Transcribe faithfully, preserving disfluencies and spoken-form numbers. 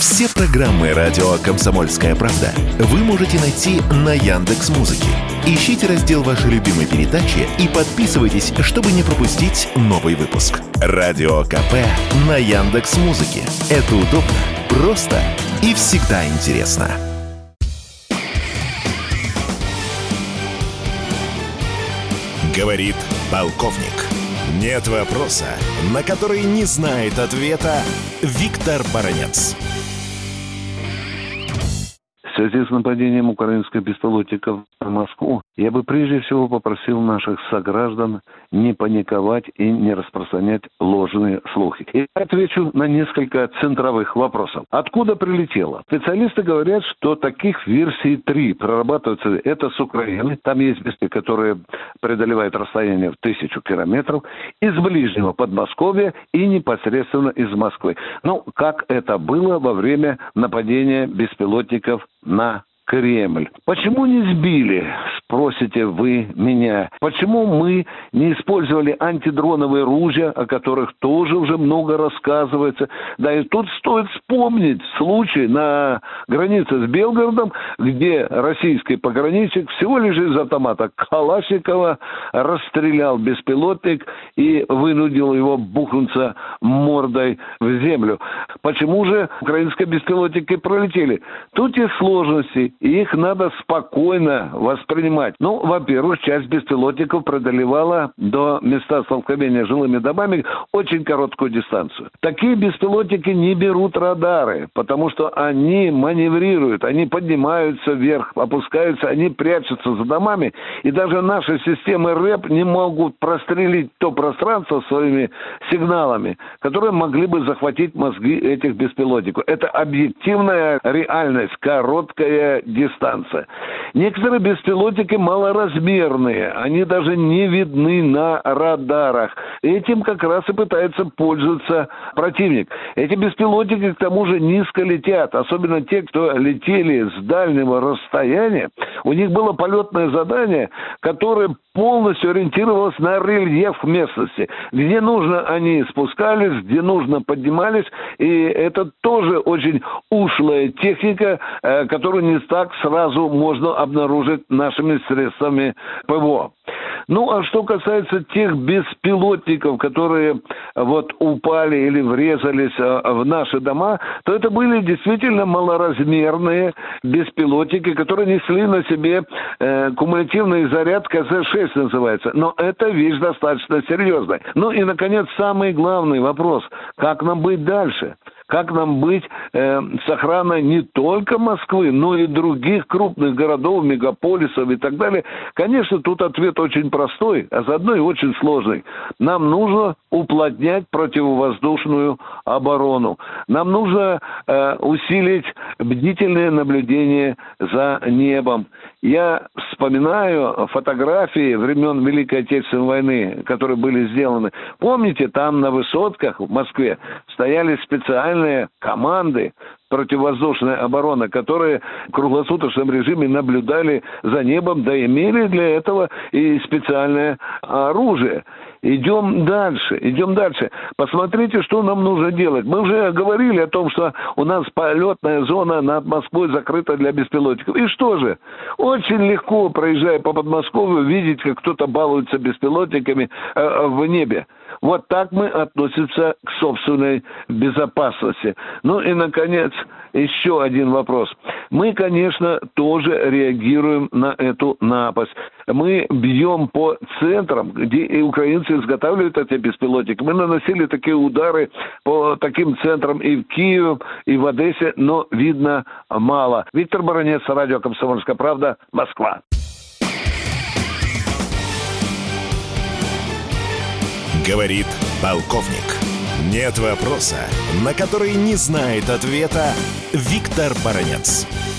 Все программы радио «Комсомольская правда» вы можете найти на Яндекс.Музыке. Ищите раздел вашей любимой передачи и подписывайтесь, чтобы не пропустить новый выпуск. Радио КП на Яндекс.Музыке. Это удобно, просто и всегда интересно. Говорит полковник. Нет вопроса, на который не знает ответа Виктор Баранец. В связи с нападением украинских беспилотников на Москву, я бы прежде всего попросил наших сограждан не паниковать и не распространять ложные слухи. И отвечу на несколько центровых вопросов. Откуда прилетело? Специалисты говорят, что таких версий три прорабатываются. Это с Украины. Там есть беспилотники, которые преодолевают расстояние в тысячу километров. Из ближнего Подмосковья и непосредственно из Москвы. Ну, как это было во время нападения беспилотников на Кремль. Почему не сбили, спросите вы меня? Почему мы не использовали антидроновые ружья, о которых тоже уже много рассказывается? Да и тут стоит вспомнить случай на границе с Белгородом, где российский пограничник всего лишь из автомата Калашникова расстрелял беспилотник и вынудил его бухнуться мордой в землю. Почему же украинские беспилотники пролетели? Тут есть сложности. И их надо спокойно воспринимать. Ну, во-первых, часть беспилотников преодолевала до места столкновения с жилыми домами очень короткую дистанцию. Такие беспилотники не берут радары, потому что они маневрируют, они поднимаются вверх, опускаются, они прячутся за домами. И даже наши системы РЭП не могут прострелить то пространство своими сигналами, которые могли бы захватить мозги этих беспилотников. Это объективная реальность, короткая дистанция. Некоторые беспилотники малоразмерные, они даже не видны на радарах. Этим как раз и пытается пользоваться противник. Эти беспилотники к тому же низко летят, особенно те, кто летели с дальнего расстояния. У них было полетное задание, которое полностью ориентировалось на рельеф местности. Где нужно, они спускались, где нужно, поднимались. И это тоже очень ушлая техника, которую не так сразу можно обнаружить нашими средствами ПВО. Ну, а что касается тех беспилотников, которые вот упали или врезались в наши дома, то это были действительно малоразмерные беспилотники, которые несли на себе э, кумулятивный заряд ка зэ шесть называется. Но эта вещь достаточно серьезная. Ну и, наконец, самый главный вопрос. Как нам быть дальше? Как нам быть э, с охраной не только Москвы, но и других крупных городов, мегаполисов и так далее? Конечно, тут ответ очень простой, а заодно и очень сложный. Нам нужно уплотнять противовоздушную оборону. Нам нужно э, усилить бдительное наблюдение за небом. Я вспоминаю фотографии времен Великой Отечественной войны, которые были сделаны. Помните, там на высотках в Москве стояли специальные команды противовоздушной обороны, которые в круглосуточном режиме наблюдали за небом, да имели для этого и специальное оружие. Идем дальше, идем дальше. Посмотрите, что нам нужно делать. Мы уже говорили о том, что у нас полетная зона над Москвой закрыта для беспилотников. И что же? Очень легко, проезжая по Подмосковью, видеть, как кто-то балуется беспилотниками э, в небе. Вот так мы относимся к собственной безопасности. Ну и, наконец, еще один вопрос. Мы, конечно, тоже реагируем на эту напасть. Мы бьем по центрам, где и украинцы изготавливают эти беспилотники. Мы наносили такие удары по таким центрам и в Киеве, и в Одессе, но видно мало. Виктор Баранец, радио «Комсомольская правда», Москва. Говорит полковник. Нет вопроса, на который не знает ответа Виктор Баранец.